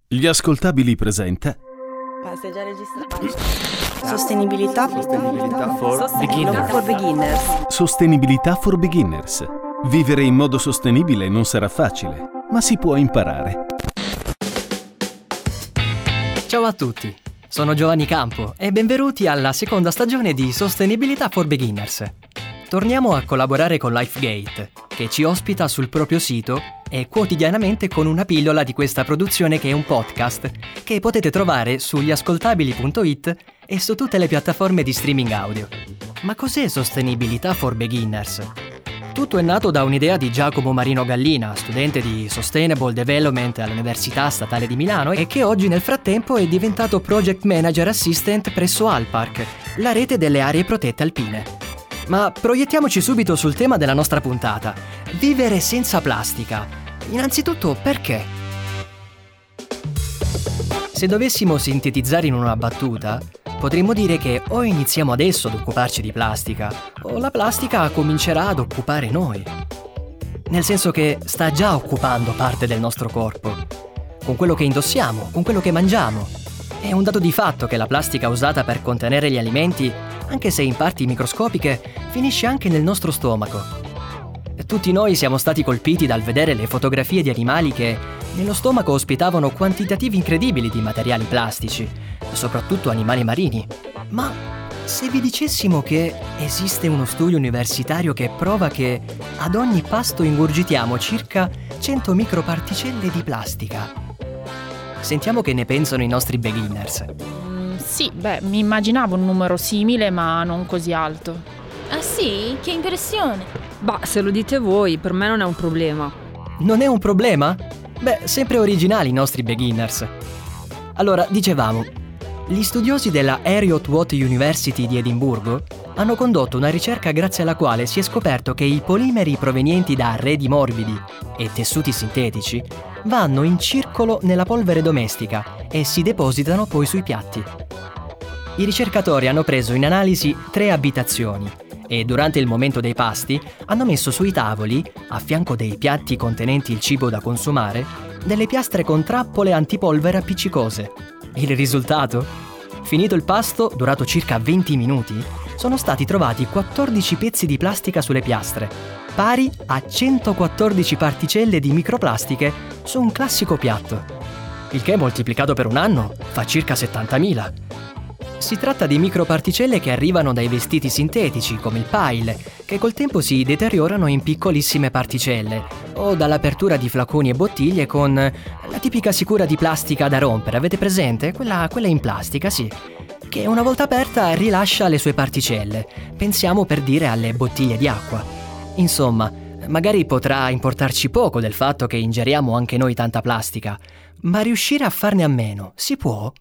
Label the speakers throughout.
Speaker 1: Gli ascoltabili presenta
Speaker 2: Sei già registrato?
Speaker 3: Sostenibilità for beginners.
Speaker 1: Sostenibilità for Beginners. Vivere in modo sostenibile non sarà facile, ma si può imparare.
Speaker 4: Ciao a tutti, sono Giovanni Campo e benvenuti alla seconda stagione di Sostenibilità for Beginners. Torniamo a collaborare con LifeGate, che ci ospita sul proprio sito e quotidianamente con una pillola di questa produzione che è un podcast che potete trovare su gliascoltabili.it e su tutte le piattaforme di streaming audio. Ma cos'è Sostenibilità for Beginners? Tutto è nato da un'idea di Giacomo Marino Gallina, studente di Sustainable Development all'Università Statale di Milano e che oggi nel frattempo è diventato Project Manager Assistant presso Alpark, la rete delle aree protette alpine. Ma proiettiamoci subito sul tema della nostra puntata: vivere senza plastica. Innanzitutto, perché? Se dovessimo sintetizzare in una battuta, potremmo dire che o iniziamo adesso ad occuparci di plastica, o la plastica comincerà ad occupare noi. Nel senso che sta già occupando parte del nostro corpo, con quello che indossiamo, con quello che mangiamo. È un dato di fatto che la plastica usata per contenere gli alimenti, anche se in parti microscopiche, finisce anche nel nostro stomaco. E tutti noi siamo stati colpiti dal vedere le fotografie di animali che nello stomaco ospitavano quantitativi incredibili di materiali plastici, soprattutto animali marini. Ma se vi dicessimo che esiste uno studio universitario che prova che ad ogni pasto ingurgitiamo circa 100 microparticelle di plastica? Sentiamo che ne pensano i nostri beginners.
Speaker 5: Sì, mi immaginavo un numero simile, ma non così alto.
Speaker 6: Ah sì? Che impressione!
Speaker 3: Se lo dite voi, per me non è un problema.
Speaker 4: Non è un problema? Sempre originali i nostri beginners. Allora, dicevamo, gli studiosi della Heriot-Watt University di Edimburgo hanno condotto una ricerca grazie alla quale si è scoperto che i polimeri provenienti da arredi morbidi e tessuti sintetici vanno in circolo nella polvere domestica e si depositano poi sui piatti. I ricercatori hanno preso in analisi 3 abitazioni e durante il momento dei pasti hanno messo sui tavoli, a fianco dei piatti contenenti il cibo da consumare, delle piastre con trappole antipolvere appiccicose. Il risultato? Finito il pasto, durato circa 20 minuti, sono stati trovati 14 pezzi di plastica sulle piastre, pari a 114 particelle di microplastiche su un classico piatto. Il che moltiplicato per un anno fa circa 70.000. Si tratta di microparticelle che arrivano dai vestiti sintetici, come il pile, che col tempo si deteriorano in piccolissime particelle, o dall'apertura di flaconi e bottiglie con la tipica sicura di plastica da rompere, avete presente? Quella in plastica, sì, che una volta aperta rilascia le sue particelle. Pensiamo per dire alle bottiglie di acqua. Insomma, magari potrà importarci poco del fatto che ingeriamo anche noi tanta plastica, ma riuscire a farne a meno si può?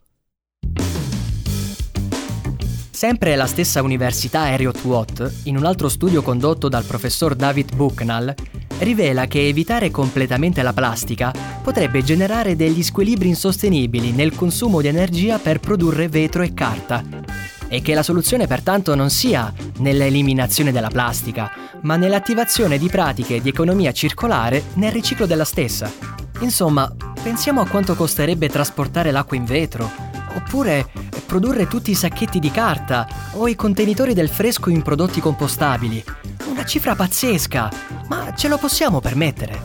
Speaker 4: Sempre la stessa Università Heriot-Watt, in un altro studio condotto dal professor David Bucknall, rivela che evitare completamente la plastica potrebbe generare degli squilibri insostenibili nel consumo di energia per produrre vetro e carta, e che la soluzione pertanto non sia nell'eliminazione della plastica, ma nell'attivazione di pratiche di economia circolare nel riciclo della stessa. Insomma, pensiamo a quanto costerebbe trasportare l'acqua in vetro, oppure produrre tutti i sacchetti di carta o i contenitori del fresco in prodotti compostabili. Una cifra pazzesca, ma ce lo possiamo permettere?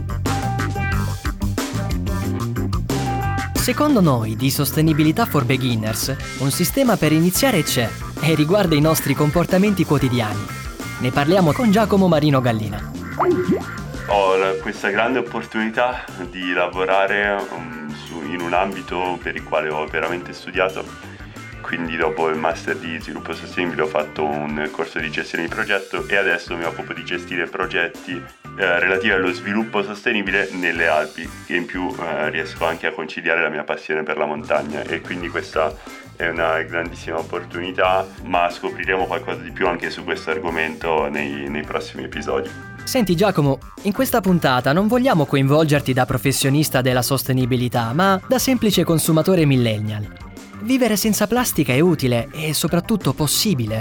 Speaker 4: Secondo noi di Sostenibilità for Beginners, un sistema per iniziare c'è e riguarda i nostri comportamenti quotidiani. Ne parliamo con Giacomo Marino Gallina.
Speaker 7: Ho questa grande opportunità di lavorare in un ambito per il quale ho veramente studiato, quindi dopo il master di sviluppo sostenibile ho fatto un corso di gestione di progetto e adesso mi occupo di gestire progetti relativi allo sviluppo sostenibile nelle Alpi, e in più riesco anche a conciliare la mia passione per la montagna, e quindi questa è una grandissima opportunità, ma scopriremo qualcosa di più anche su questo argomento nei prossimi episodi.
Speaker 4: Senti Giacomo, in questa puntata non vogliamo coinvolgerti da professionista della sostenibilità, ma da semplice consumatore millennial. Vivere senza plastica è utile e soprattutto possibile?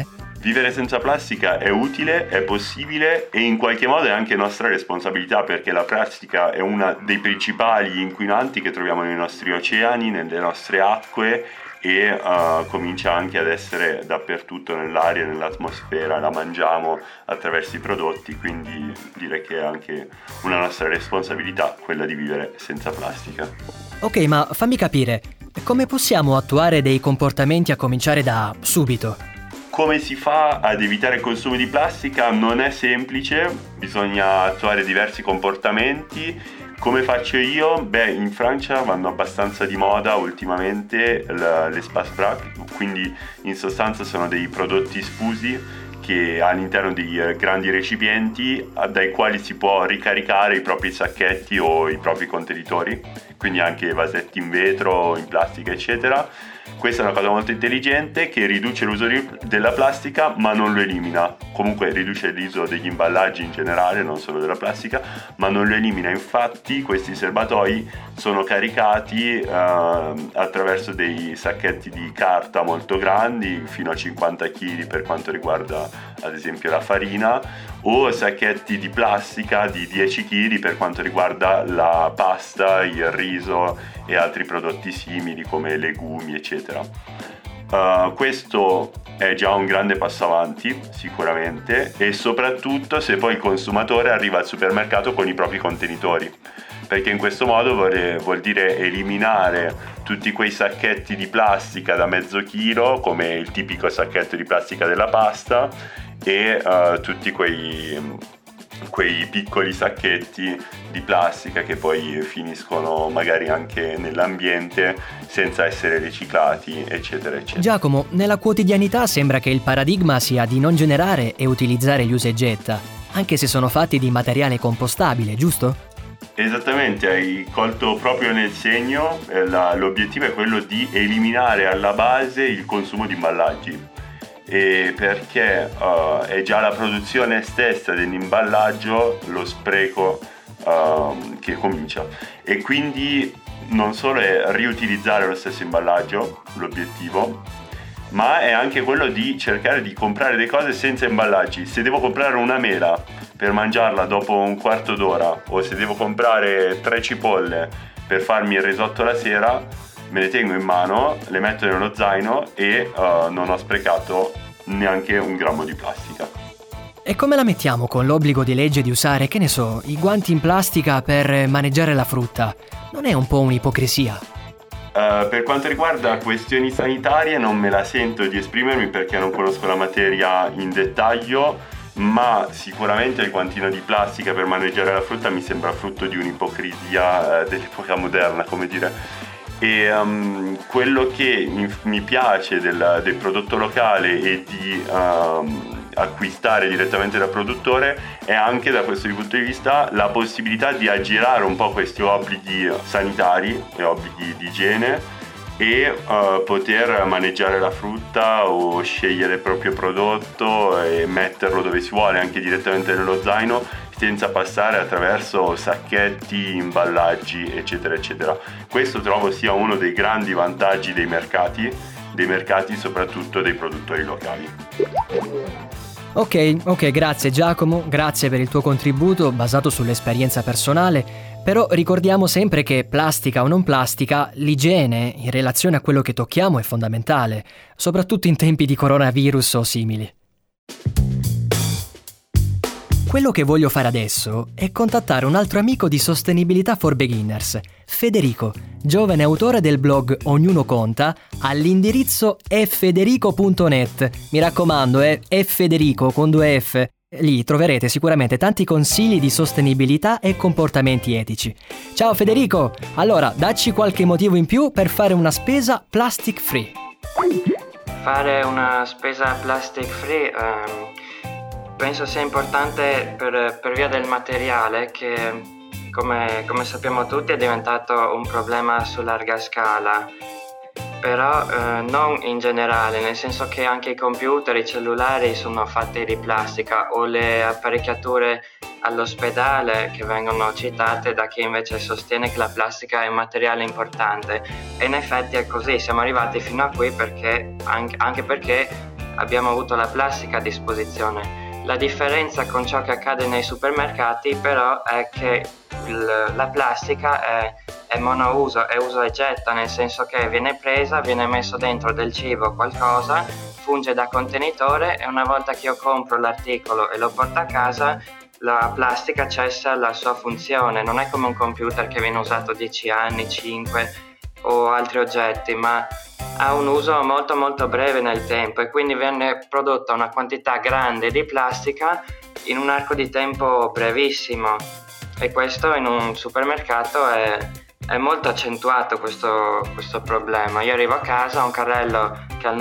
Speaker 7: Vivere senza plastica è utile, è possibile e in qualche modo è anche nostra responsabilità, perché la plastica è uno dei principali inquinanti che troviamo nei nostri oceani, nelle nostre acque e comincia anche ad essere dappertutto nell'aria, nell'atmosfera, la mangiamo attraverso i prodotti, quindi direi che è anche una nostra responsabilità quella di vivere senza plastica.
Speaker 4: Ok, ma fammi capire, come possiamo attuare dei comportamenti a cominciare da subito?
Speaker 7: Come si fa ad evitare il consumo di plastica? Non è semplice, bisogna attuare diversi comportamenti. Come faccio io? Beh, in Francia vanno abbastanza di moda ultimamente l'espace vrac, quindi in sostanza sono dei prodotti sfusi che all'interno dei grandi recipienti dai quali si può ricaricare i propri sacchetti o i propri contenitori, quindi anche vasetti in vetro, in plastica, eccetera. Questa è una cosa molto intelligente che riduce l'uso della plastica ma non lo elimina. Comunque riduce l'uso degli imballaggi in generale, non solo della plastica, ma non lo elimina. Infatti questi serbatoi sono caricati attraverso dei sacchetti di carta molto grandi, fino a 50 kg per quanto riguarda ad esempio la farina, o sacchetti di plastica di 10 kg per quanto riguarda la pasta, il riso e altri prodotti simili come legumi, eccetera. Questo è già un grande passo avanti sicuramente, e soprattutto se poi il consumatore arriva al supermercato con i propri contenitori, perché in questo modo vuol dire eliminare tutti quei sacchetti di plastica da mezzo chilo, come il tipico sacchetto di plastica della pasta, e tutti quei piccoli sacchetti di plastica che poi finiscono magari anche nell'ambiente senza essere riciclati, eccetera, eccetera.
Speaker 4: Giacomo, nella quotidianità sembra che il paradigma sia di non generare e utilizzare gli usa e getta, anche se sono fatti di materiale compostabile, giusto?
Speaker 7: Esattamente, hai colto proprio nel segno. L'obiettivo è quello di eliminare alla base il consumo di imballaggi, e perché è già la produzione stessa dell'imballaggio lo spreco che comincia, e quindi non solo è riutilizzare lo stesso imballaggio l'obiettivo, ma è anche quello di cercare di comprare le cose senza imballaggi. Se devo comprare una mela per mangiarla dopo un quarto d'ora, o se devo comprare 3 cipolle per farmi il risotto la sera, me le tengo in mano, le metto nello zaino e non ho sprecato neanche un grammo di plastica.
Speaker 4: E come la mettiamo con l'obbligo di legge di usare, che ne so, i guanti in plastica per maneggiare la frutta? Non è un po' un'ipocrisia?
Speaker 7: Per quanto riguarda questioni sanitarie non me la sento di esprimermi perché non conosco la materia in dettaglio, ma sicuramente il guantino di plastica per maneggiare la frutta mi sembra frutto di un'ipocrisia dell'epoca moderna, come dire. E quello che mi piace del prodotto locale e di acquistare direttamente dal produttore è anche, da questo punto di vista, la possibilità di aggirare un po' questi obblighi sanitari e obblighi di igiene e poter maneggiare la frutta o scegliere il proprio prodotto e metterlo dove si vuole, anche direttamente nello zaino, senza passare attraverso sacchetti, imballaggi, eccetera, eccetera. Questo trovo sia uno dei grandi vantaggi dei mercati soprattutto dei produttori locali.
Speaker 4: Ok, grazie Giacomo, grazie per il tuo contributo basato sull'esperienza personale, però ricordiamo sempre che plastica o non plastica, l'igiene in relazione a quello che tocchiamo è fondamentale, soprattutto in tempi di coronavirus o simili. Quello che voglio fare adesso è contattare un altro amico di Sostenibilità for Beginners, Federico, giovane autore del blog Ognuno Conta, all'indirizzo effederico.net. Mi raccomando, è Federico con 2 F. Lì troverete sicuramente tanti consigli di sostenibilità e comportamenti etici. Ciao Federico! Allora, dacci qualche motivo in più per fare una spesa plastic free.
Speaker 8: Fare una spesa plastic free penso sia importante per via del materiale che, come sappiamo tutti, è diventato un problema su larga scala, però non in generale, nel senso che anche i computer, i cellulari sono fatti di plastica, o le apparecchiature all'ospedale che vengono citate da chi invece sostiene che la plastica è un materiale importante. E in effetti è così, siamo arrivati fino a qui perché anche perché abbiamo avuto la plastica a disposizione. La differenza con ciò che accade nei supermercati però è che la plastica è monouso, è uso e getta, nel senso che viene presa, viene messo dentro del cibo qualcosa, funge da contenitore e una volta che io compro l'articolo e lo porto a casa, la plastica cessa la sua funzione. Non è come un computer che viene usato 10 anni, 5 o altri oggetti, ma ha un uso molto molto breve nel tempo e quindi viene prodotta una quantità grande di plastica in un arco di tempo brevissimo, e questo in un supermercato è molto accentuato questo problema. Io arrivo a casa, ho un carrello che al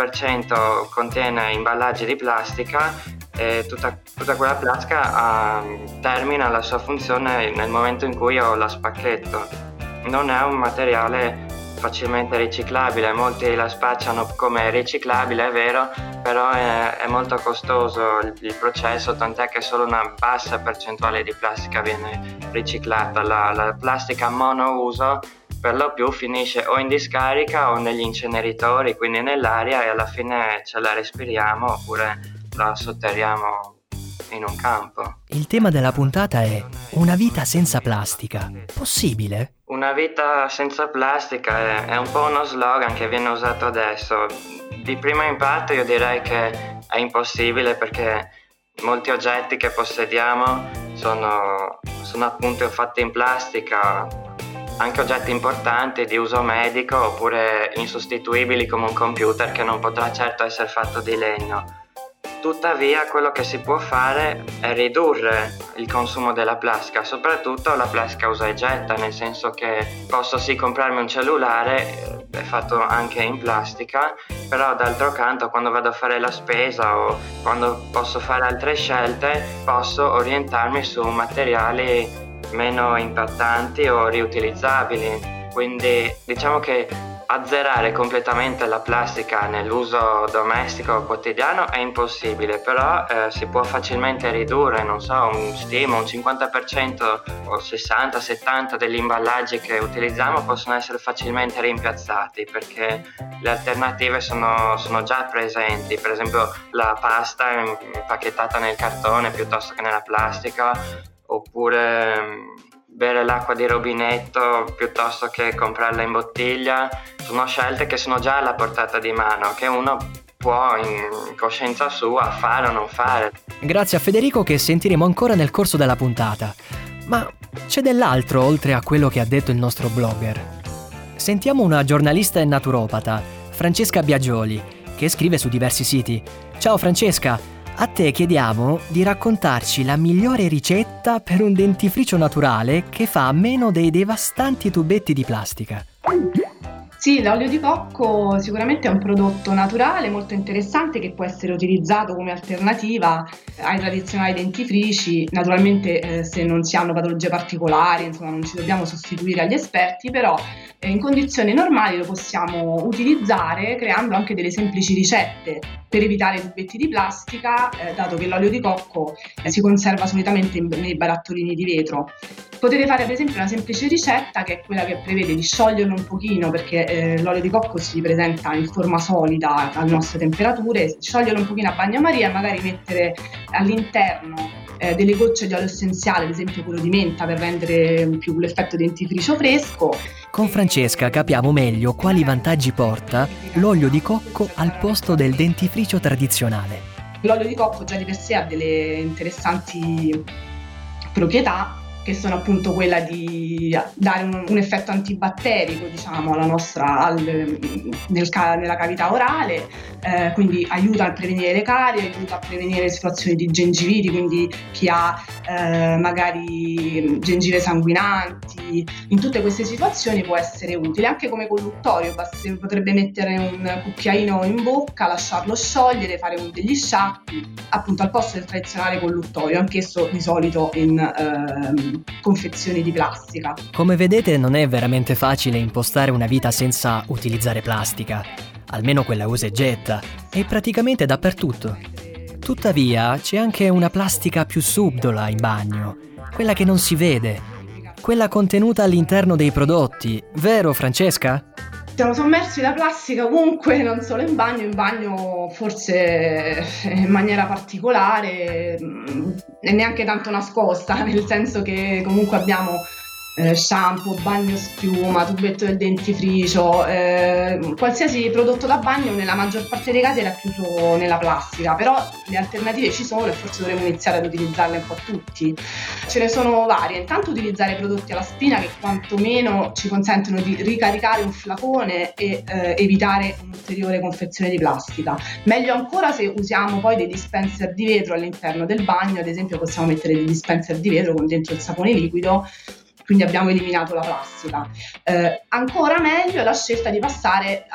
Speaker 8: 90% contiene imballaggi di plastica e tutta quella plastica termina la sua funzione nel momento in cui io la spacchetto. Non è un materiale facilmente riciclabile, molti la spacciano come riciclabile, è vero, però è molto costoso il processo, tant'è che solo una bassa percentuale di plastica viene riciclata. La plastica monouso per lo più finisce o in discarica o negli inceneritori, quindi nell'aria, e alla fine ce la respiriamo oppure la sotterriamo in un campo.
Speaker 4: Il tema della puntata è una vita senza plastica. Possibile?
Speaker 8: Una vita senza plastica è un po' uno slogan che viene usato adesso. Di primo impatto io direi che è impossibile, perché molti oggetti che possediamo sono appunto fatti in plastica, anche oggetti importanti di uso medico oppure insostituibili come un computer che non potrà certo essere fatto di legno. Tuttavia quello che si può fare è ridurre il consumo della plastica, soprattutto la plastica usa e getta, nel senso che posso sì comprarmi un cellulare, è fatto anche in plastica, però d'altro canto quando vado a fare la spesa o quando posso fare altre scelte posso orientarmi su materiali meno impattanti o riutilizzabili. Quindi diciamo che azzerare completamente la plastica nell'uso domestico quotidiano è impossibile, però si può facilmente ridurre, non so, stimo un 50% o 60-70% degli imballaggi che utilizziamo possono essere facilmente rimpiazzati, perché le alternative sono già presenti. Per esempio la pasta è impacchettata nel cartone piuttosto che nella plastica, oppure bere l'acqua di rubinetto piuttosto che comprarla in bottiglia. Sono scelte che sono già alla portata di mano, che uno può in coscienza sua fare o non fare.
Speaker 4: Grazie a Federico, che sentiremo ancora nel corso della puntata. Ma c'è dell'altro oltre a quello che ha detto il nostro blogger. Sentiamo una giornalista e naturopata, Francesca Biagioli, che scrive su diversi siti. Ciao Francesca! A te chiediamo di raccontarci la migliore ricetta per un dentifricio naturale che fa a meno dei devastanti tubetti di plastica.
Speaker 9: Sì, l'olio di cocco sicuramente è un prodotto naturale molto interessante che può essere utilizzato come alternativa ai tradizionali dentifrici. Naturalmente se non si hanno patologie particolari, insomma, non ci dobbiamo sostituire agli esperti, però in condizioni normali lo possiamo utilizzare creando anche delle semplici ricette per evitare i tubetti di plastica, dato che l'olio di cocco si conserva solitamente nei barattolini di vetro. Potete fare per esempio una semplice ricetta che è quella che prevede di scioglierlo un pochino, perché l'olio di cocco si presenta in forma solida alle nostre temperature, scioglierlo un pochino a bagnomaria e magari mettere all'interno delle gocce di olio essenziale, ad esempio quello di menta, per rendere più l'effetto dentifricio fresco.
Speaker 4: Con Francesca capiamo meglio quali vantaggi porta l'olio di cocco al posto del dentifricio tradizionale.
Speaker 9: L'olio di cocco già di per sé ha delle interessanti proprietà, che sono appunto quella di dare un effetto antibatterico, diciamo, alla nostra nella cavità orale, quindi aiuta a prevenire le carie, aiuta a prevenire situazioni di gengiviti, quindi chi ha magari gengive sanguinanti. In tutte queste situazioni può essere utile, anche come colluttorio. Potrebbe mettere un cucchiaino in bocca, lasciarlo sciogliere, fare degli sciacqui, appunto al posto del tradizionale colluttorio, anch'esso di solito in confezioni di plastica.
Speaker 4: Come vedete, non è veramente facile impostare una vita senza utilizzare plastica, almeno quella usa e getta, è praticamente dappertutto. Tuttavia c'è anche una plastica più subdola in bagno, quella che non si vede, quella contenuta all'interno dei prodotti, vero Francesca?
Speaker 9: Siamo sommersi da plastica ovunque, non solo in bagno forse in maniera particolare e neanche tanto nascosta, nel senso che comunque abbiamo shampoo, bagno schiuma, tubetto del dentifricio, qualsiasi prodotto da bagno nella maggior parte dei casi era chiuso nella plastica, però le alternative ci sono e forse dovremmo iniziare ad utilizzarle un po' tutti. Ce ne sono varie, intanto utilizzare prodotti alla spina che quantomeno ci consentono di ricaricare un flacone e evitare un'ulteriore confezione di plastica. Meglio ancora se usiamo poi dei dispenser di vetro all'interno del bagno, ad esempio possiamo mettere dei dispenser di vetro con dentro il sapone liquido, quindi abbiamo eliminato la plastica. Ancora meglio è la scelta di passare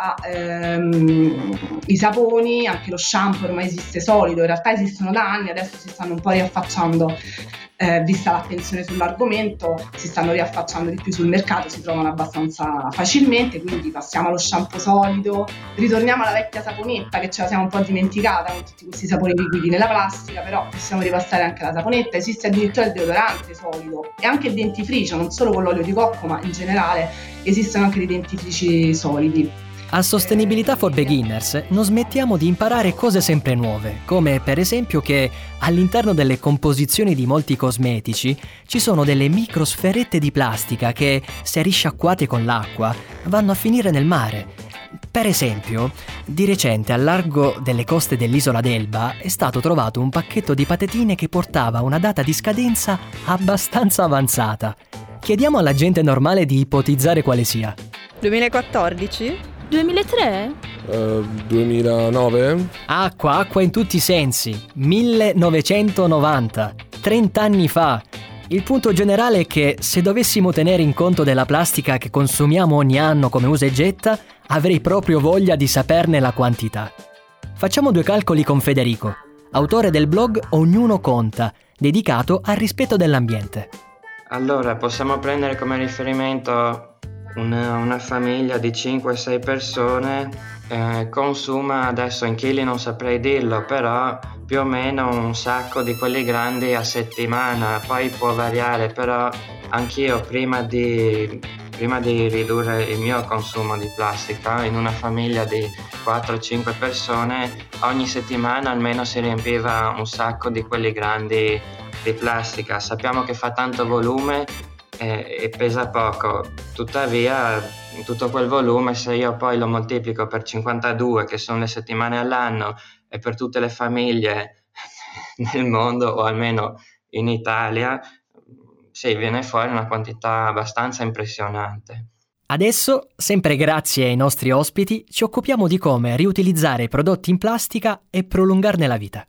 Speaker 9: ai saponi, anche lo shampoo ormai esiste solido, in realtà esistono da anni, adesso si stanno un po' riaffacciando, vista l'attenzione sull'argomento, si stanno riaffacciando di più sul mercato, si trovano abbastanza facilmente, quindi passiamo allo shampoo solido, ritorniamo alla vecchia saponetta che ce la siamo un po' dimenticata con tutti questi saponi liquidi nella plastica, però possiamo ripassare anche la saponetta, esiste addirittura il deodorante solido e anche il dentifricio, non solo con l'olio di cocco ma in generale esistono anche dei dentifrici solidi.
Speaker 4: A Sostenibilità for Beginners non smettiamo di imparare cose sempre nuove, come per esempio che all'interno delle composizioni di molti cosmetici ci sono delle microsferette di plastica che, se risciacquate con l'acqua, vanno a finire nel mare. Per esempio, di recente al largo delle coste dell'isola d'Elba è stato trovato un pacchetto di patatine che portava una data di scadenza abbastanza avanzata. Chiediamo alla gente normale di ipotizzare quale sia.
Speaker 2: 2014?
Speaker 6: 2003?
Speaker 10: 2009?
Speaker 4: Acqua in tutti i sensi. 1990. 30 anni fa. Il punto generale è che se dovessimo tenere in conto della plastica che consumiamo ogni anno come usa e getta, avrei proprio voglia di saperne la quantità. Facciamo due calcoli con Federico, autore del blog Ognuno Conta, dedicato al rispetto dell'ambiente.
Speaker 8: Allora, possiamo prendere come riferimento una famiglia di 5-6 persone, consuma, adesso in chili non saprei dirlo, però più o meno un sacco di quelli grandi a settimana, poi può variare, però anch'io prima di ridurre il mio consumo di plastica, in una famiglia di 4-5 persone, ogni settimana almeno si riempiva un sacco di quelli grandi di plastica. Sappiamo che fa tanto volume e pesa poco, tuttavia tutto quel volume, se io poi lo moltiplico per 52, che sono le settimane all'anno, e per tutte le famiglie nel mondo, o almeno in Italia, sì, viene fuori una quantità abbastanza impressionante.
Speaker 4: Adesso, sempre grazie ai nostri ospiti, ci occupiamo di come riutilizzare i prodotti in plastica e prolungarne la vita.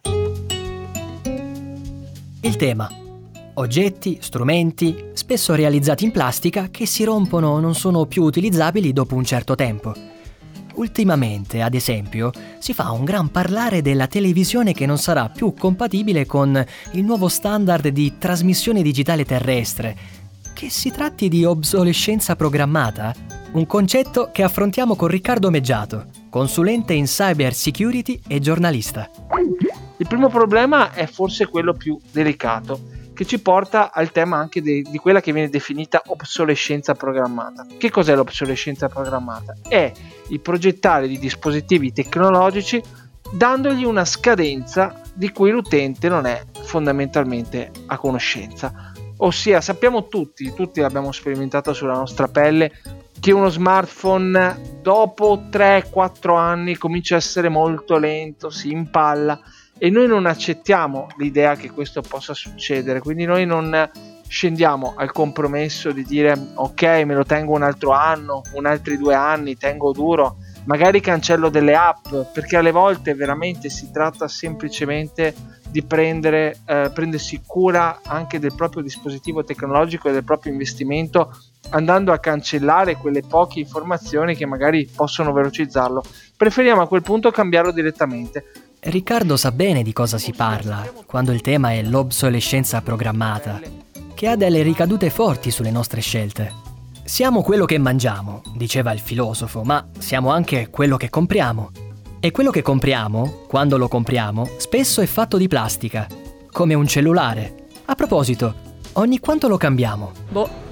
Speaker 4: Il tema: oggetti, strumenti, spesso realizzati in plastica che si rompono o non sono più utilizzabili dopo un certo tempo. Ultimamente, ad esempio, si fa un gran parlare della televisione che non sarà più compatibile con il nuovo standard di trasmissione digitale terrestre. Che si tratti di obsolescenza programmata? Un concetto che affrontiamo con Riccardo Meggiato, consulente in cyber security e giornalista.
Speaker 11: Il primo problema è forse quello più delicato, che ci porta al tema anche di quella che viene definita obsolescenza programmata. Che cos'è l'obsolescenza programmata? È il progettare di dispositivi tecnologici dandogli una scadenza di cui l'utente non è fondamentalmente a conoscenza. Ossia, sappiamo tutti l'abbiamo sperimentato sulla nostra pelle, che uno smartphone dopo 3-4 anni comincia a essere molto lento, si impalla, e noi non accettiamo l'idea che questo possa succedere, quindi noi non scendiamo al compromesso di dire ok, me lo tengo un altro anno, un altri 2 anni, tengo duro, magari cancello delle app, perché alle volte veramente si tratta semplicemente di prendersi cura anche del proprio dispositivo tecnologico e del proprio investimento, andando a cancellare quelle poche informazioni che magari possono velocizzarlo. Preferiamo a quel punto cambiarlo direttamente.
Speaker 4: Riccardo sa bene di cosa si parla quando il tema è l'obsolescenza programmata, che ha delle ricadute forti sulle nostre scelte. Siamo quello che mangiamo, diceva il filosofo, ma siamo anche quello che compriamo. E quello che compriamo, quando lo compriamo, spesso è fatto di plastica, come un cellulare. A proposito, ogni quanto lo cambiamo?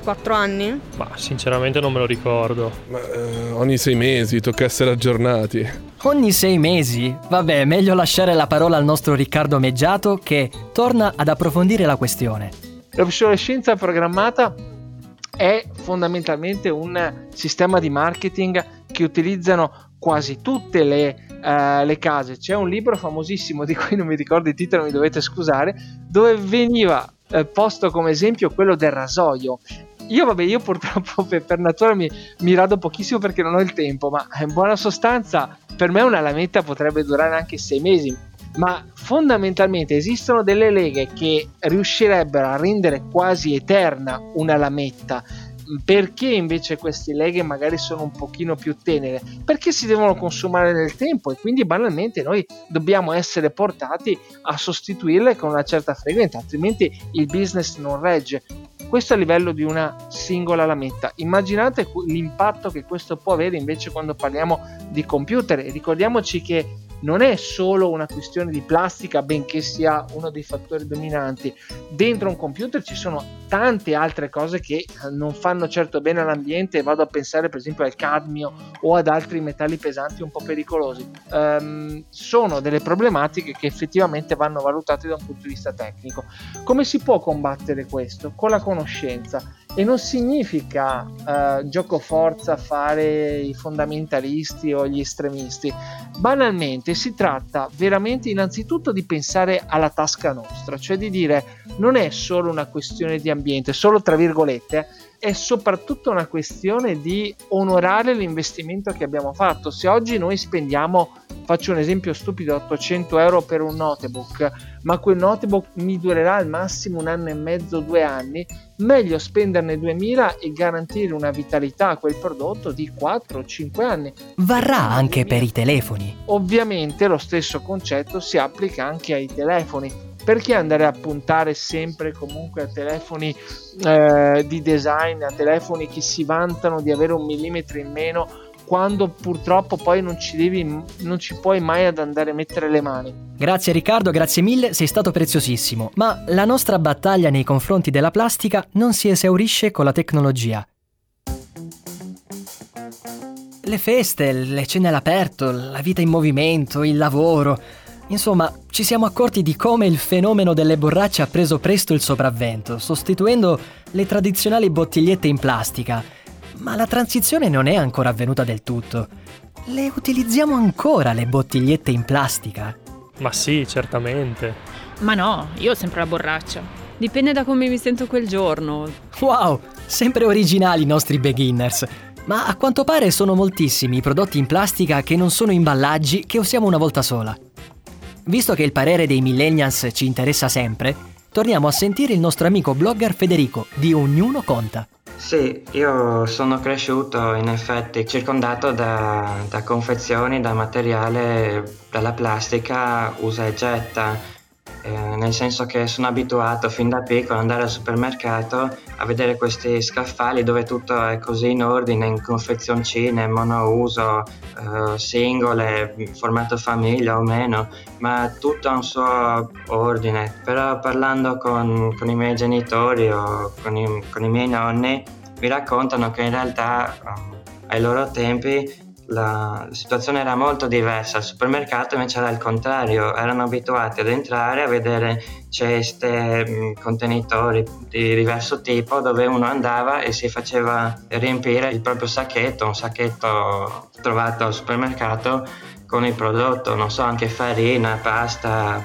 Speaker 2: 4 anni?
Speaker 10: Ma sinceramente non me lo ricordo.
Speaker 12: Ma ogni 6 mesi, tocca essere aggiornati.
Speaker 4: Ogni 6 mesi? Vabbè, meglio lasciare la parola al nostro Riccardo Meggiato che torna ad approfondire la questione.
Speaker 11: L'obsolescenza programmata è fondamentalmente un sistema di marketing che utilizzano quasi tutte le case. C'è un libro famosissimo di cui non mi ricordo il titolo, mi dovete scusare, dove veniva posto come esempio quello del rasoio. Io purtroppo per natura mi rado pochissimo perché non ho il tempo, ma in buona sostanza per me una lametta potrebbe durare anche 6 mesi. Ma fondamentalmente esistono delle leghe che riuscirebbero a rendere quasi eterna una lametta. Perché invece queste leghe magari sono un pochino più tenere? Perché si devono consumare nel tempo e quindi banalmente noi dobbiamo essere portati a sostituirle con una certa frequenza, altrimenti il business non regge. Questo a livello di una singola lametta. Immaginate l'impatto che questo può avere invece quando parliamo di computer. Ricordiamoci che non è solo una questione di plastica, benché sia uno dei fattori dominanti. Dentro un computer ci sono tante altre cose che non fanno certo bene all'ambiente. Vado a pensare per esempio al cadmio o ad altri metalli pesanti un po' pericolosi. Sono delle problematiche che effettivamente vanno valutate da un punto di vista tecnico. Come si può combattere questo? Con la conoscenza. E non significa giocoforza fare i fondamentalisti o gli estremisti. Banalmente si tratta veramente innanzitutto di pensare alla tasca nostra, cioè di dire non è solo una questione di ambiente, solo tra virgolette, è soprattutto una questione di onorare l'investimento che abbiamo fatto. Se oggi noi spendiamo, faccio un esempio stupido, 800 euro per un notebook, ma quel notebook mi durerà al massimo 1 anno e mezzo, 2 anni, meglio spenderne 2000 e garantire una vitalità a quel prodotto di 4 o 5 anni.
Speaker 4: Varrà anche per i telefoni.
Speaker 11: Ovviamente lo stesso concetto si applica anche ai telefoni. Perché andare a puntare sempre comunque a telefoni di design, a telefoni che si vantano di avere 1 millimetro in meno, quando purtroppo poi non ci puoi mai ad andare a mettere le mani.
Speaker 4: Grazie Riccardo, grazie mille, sei stato preziosissimo. Ma la nostra battaglia nei confronti della plastica non si esaurisce con la tecnologia. Le feste, le cene all'aperto, la vita in movimento, il lavoro. Insomma, ci siamo accorti di come il fenomeno delle borracce ha preso presto il sopravvento, sostituendo le tradizionali bottigliette in plastica. Ma la transizione non è ancora avvenuta del tutto. Le utilizziamo ancora le bottigliette in plastica?
Speaker 10: Ma sì, certamente.
Speaker 5: Ma no, io ho sempre la borraccia.
Speaker 3: Dipende da come mi sento quel giorno.
Speaker 4: Wow, sempre originali i nostri beginners. Ma a quanto pare sono moltissimi i prodotti in plastica che non sono imballaggi che usiamo una volta sola. Visto che il parere dei millennials ci interessa sempre, torniamo a sentire il nostro amico blogger Federico di Ognuno Conta.
Speaker 8: Sì, io sono cresciuto in effetti circondato da confezioni, da materiale, dalla plastica usa e getta, nel senso che sono abituato fin da piccolo ad andare al supermercato a vedere questi scaffali dove tutto è così in ordine, in confezioncine, monouso, singole, formato famiglia o meno, ma tutto ha un suo ordine. Però parlando con i miei genitori o con i miei nonni mi raccontano che in realtà ai loro tempi la situazione era molto diversa. Al supermercato invece era il contrario, erano abituati ad entrare a vedere ceste, contenitori di diverso tipo dove uno andava e si faceva riempire il proprio sacchetto, un sacchetto trovato al supermercato con il prodotto, non so, anche farina, pasta,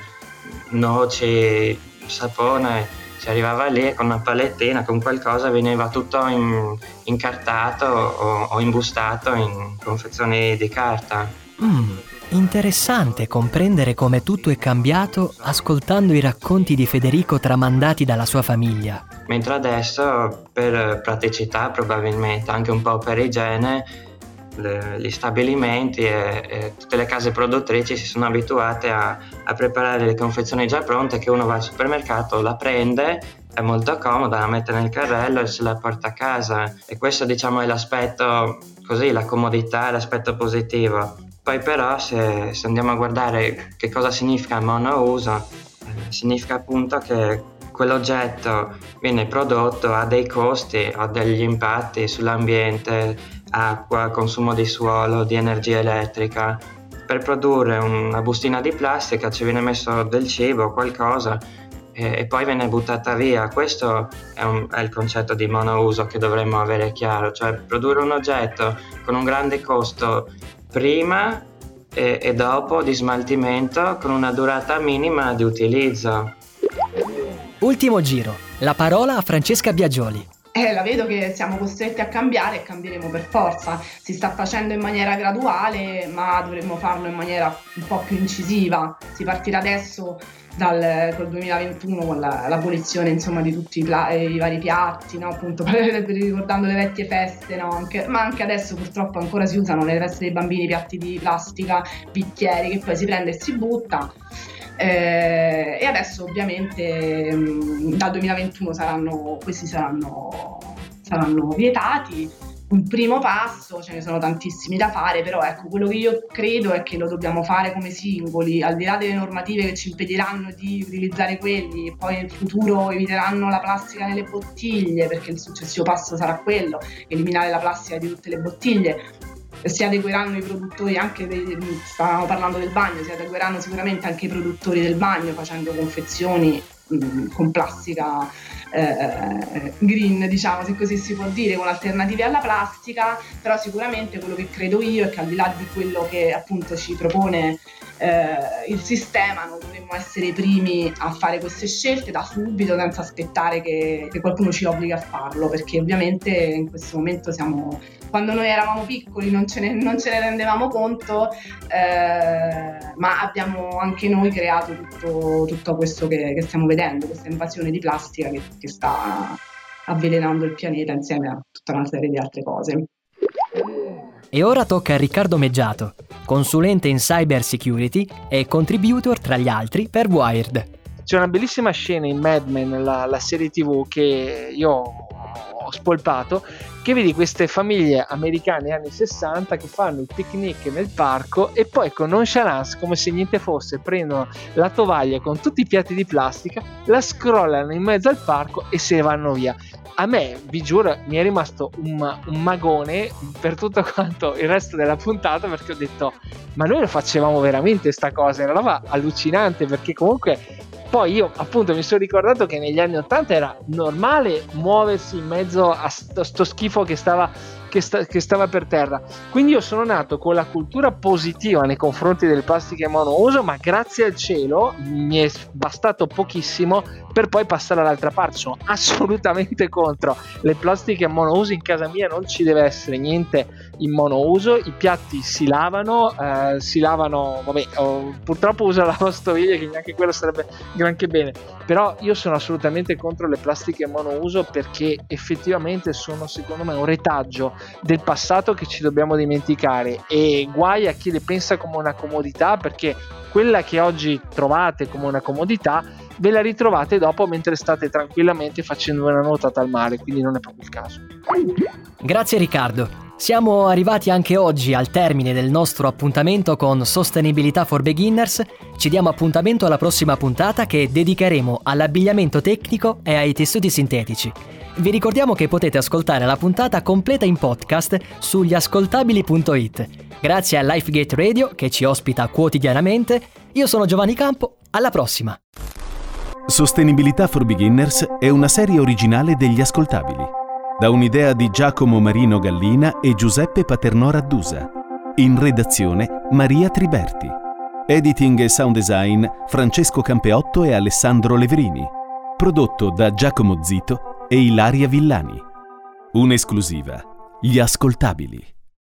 Speaker 8: noci, sapone. Si arrivava lì e con una palettina, con qualcosa veniva tutto incartato o imbustato in confezioni di carta.
Speaker 4: Interessante comprendere come tutto è cambiato ascoltando i racconti di Federico tramandati dalla sua famiglia.
Speaker 8: Mentre adesso, per praticità probabilmente, anche un po' per igiene, gli stabilimenti e tutte le case produttrici si sono abituate a preparare le confezioni già pronte, che uno va al supermercato, la prende, è molto comoda, la mette nel carrello e se la porta a casa, e questo diciamo è l'aspetto così, la comodità, l'aspetto positivo. Poi però se andiamo a guardare che cosa significa monouso, significa appunto che quell'oggetto viene prodotto ha dei costi, ha degli impatti sull'ambiente, acqua, consumo di suolo, di energia elettrica. Per produrre una bustina di plastica ci viene messo del cibo, qualcosa, e poi viene buttata via. Questo è il concetto di monouso che dovremmo avere chiaro, cioè produrre un oggetto con un grande costo prima e dopo di smaltimento con una durata minima di utilizzo.
Speaker 4: Ultimo giro, la parola a Francesca Biagioli.
Speaker 9: La vedo che siamo costretti a cambiare e cambieremo per forza. Si sta facendo in maniera graduale, ma dovremmo farlo in maniera un po' più incisiva. Si partirà adesso col 2021 con l'abolizione, insomma, di tutti i vari piatti, no? Appunto, ricordando le vecchie feste, no? Ma anche adesso purtroppo ancora si usano nelle feste dei bambini piatti di plastica, bicchieri che poi si prende e si butta. E adesso ovviamente dal 2021 questi saranno vietati. Un primo passo, ce ne sono tantissimi da fare, però ecco, quello che io credo è che lo dobbiamo fare come singoli, al di là delle normative che ci impediranno di utilizzare quelli, e poi nel futuro eviteranno la plastica nelle bottiglie, perché il successivo passo sarà quello, eliminare la plastica di tutte le bottiglie. Si adegueranno i produttori anche stavamo parlando del bagno, si adegueranno sicuramente anche i produttori del bagno facendo confezioni con plastica green, diciamo, se così si può dire, con alternative alla plastica. Però sicuramente quello che credo io è che al di là di quello che appunto ci propone il sistema, noi dovremmo essere i primi a fare queste scelte da subito, senza aspettare che qualcuno ci obblighi a farlo, perché ovviamente in questo momento quando noi eravamo piccoli non ce ne rendevamo conto, ma abbiamo anche noi creato tutto questo che stiamo vedendo, questa invasione di plastica che sta avvelenando il pianeta insieme a tutta una serie di altre cose.
Speaker 4: E ora tocca a Riccardo Meggiato, consulente in cyber security e contributor tra gli altri per Wired.
Speaker 11: C'è una bellissima scena in Mad Men, la serie TV che io ho spolpato, che vedi queste famiglie americane anni 60 che fanno il picnic nel parco e poi con nonchalance, come se niente fosse, prendono la tovaglia con tutti i piatti di plastica, la scrollano in mezzo al parco e se ne vanno via. A me, vi giuro, mi è rimasto un magone per tutto quanto il resto della puntata, perché ho detto, ma noi lo facevamo veramente sta cosa, era una roba allucinante, perché comunque poi io appunto mi sono ricordato che negli anni 80 era normale muoversi in mezzo a sto schifo che stava per terra. Quindi io sono nato con la cultura positiva nei confronti del plastica monouso, ma grazie al cielo mi è bastato pochissimo per poi passare all'altra parte. Sono assolutamente contro le plastiche monouso. In casa mia non ci deve essere niente in monouso. I piatti si lavano, vabbè, purtroppo uso la lavastoviglie, che neanche quello sarebbe granché bene, però io sono assolutamente contro le plastiche monouso, perché effettivamente sono, secondo me, un retaggio del passato che ci dobbiamo dimenticare, e guai a chi le pensa come una comodità, perché quella che oggi trovate come una comodità ve la ritrovate dopo mentre state tranquillamente facendo una nuotata al mare, quindi non è proprio il caso.
Speaker 4: Grazie Riccardo. Siamo arrivati anche oggi al termine del nostro appuntamento con Sostenibilità for Beginners. Ci diamo appuntamento alla prossima puntata, che dedicheremo all'abbigliamento tecnico e ai tessuti sintetici. Vi ricordiamo che potete ascoltare la puntata completa in podcast sugli ascoltabili.it. Grazie a Lifegate Radio che ci ospita quotidianamente. Io sono Giovanni Campo, alla prossima!
Speaker 1: Sostenibilità for Beginners è una serie originale degli Ascoltabili, da un'idea di Giacomo Marino Gallina e Giuseppe Paternò Raddusa. In redazione Maria Triberti. Editing e sound design Francesco Campeotto e Alessandro Leverini. Prodotto da Giacomo Zito e Ilaria Villani. Un'esclusiva. Gli Ascoltabili.